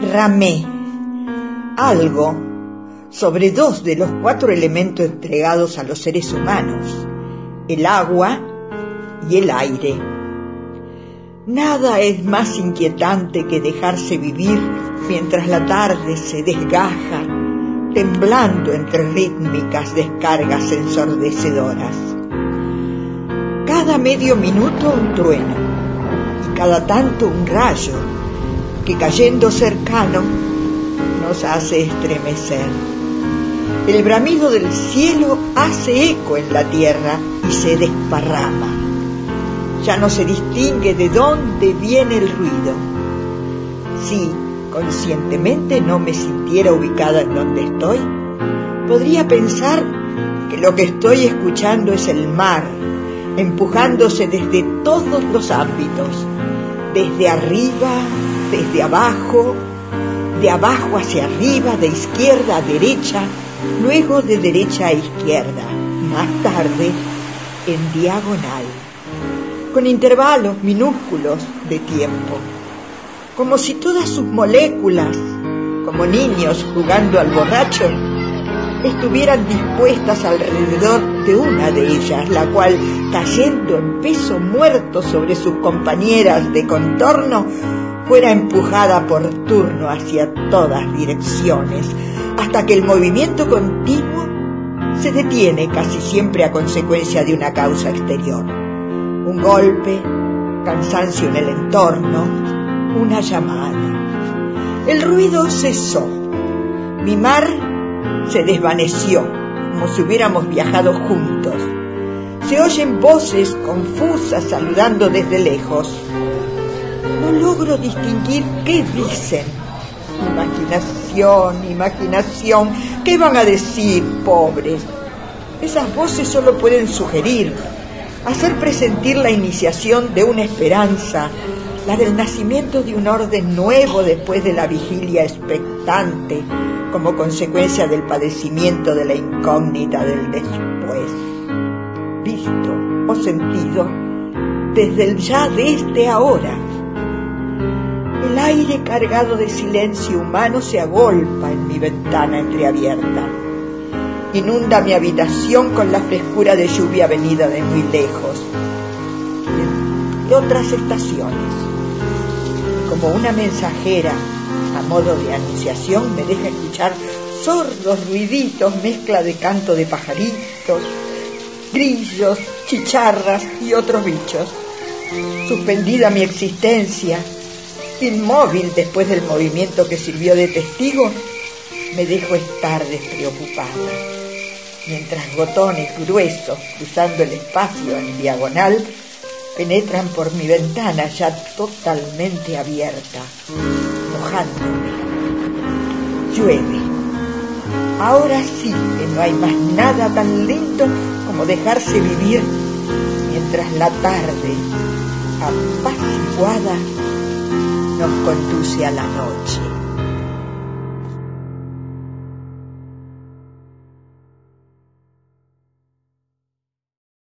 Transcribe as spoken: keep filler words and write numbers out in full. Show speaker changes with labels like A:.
A: Ramé algo sobre dos de los cuatro elementos entregados a los seres humanos, el agua y el aire. Nada es más inquietante que dejarse vivir mientras la tarde se desgaja, temblando entre rítmicas descargas ensordecedoras. Cada medio minuto un trueno y cada tanto un rayo que, cayendo cercano, nos hace estremecer. El bramido del cielo hace eco en la tierra y se desparrama. Ya no se distingue de dónde viene el ruido. Si conscientemente no me sintiera ubicada en donde estoy, podría pensar que lo que estoy escuchando es el mar, empujándose desde todos los ámbitos, desde arriba, desde abajo, de abajo hacia arriba, de izquierda a derecha, luego de derecha a izquierda, más tarde en diagonal, con intervalos minúsculos de tiempo, como si todas sus moléculas, como niños jugando al borracho, estuvieran dispuestas alrededor de una de ellas, la cual, cayendo en peso muerto sobre sus compañeras de contorno, fuera empujada por turno hacia todas direcciones, hasta que el movimiento continuo se detiene casi siempre a consecuencia de una causa exterior. Un golpe, cansancio en el entorno, una llamada. El ruido cesó. Mi mar se desvaneció, como si hubiéramos viajado juntos. Se oyen voces confusas saludando desde lejos. No logro distinguir qué dicen. Imaginación, imaginación. ¿Qué van a decir, pobres? Esas voces solo pueden sugerir, hacer presentir la iniciación de una esperanza, la del nacimiento de un orden nuevo después de la vigilia expectante, como consecuencia del padecimiento de la incógnita del después, visto o sentido desde el ya de este ahora. El aire cargado de silencio humano se agolpa en mi ventana entreabierta. Inunda mi habitación con la frescura de lluvia venida de muy lejos, de otras estaciones. Como una mensajera, a modo de anunciación, me deja escuchar sordos ruiditos, mezcla de canto de pajaritos, grillos, chicharras y otros bichos. Suspendida mi existencia, inmóvil después del movimiento que sirvió de testigo, me dejo estar despreocupada, mientras gotones gruesos, cruzando el espacio en diagonal, penetran por mi ventana ya totalmente abierta, mojándome. Llueve. Ahora sí que no hay más nada tan lindo como dejarse vivir mientras la tarde, apaciguada, nos conduce a la noche.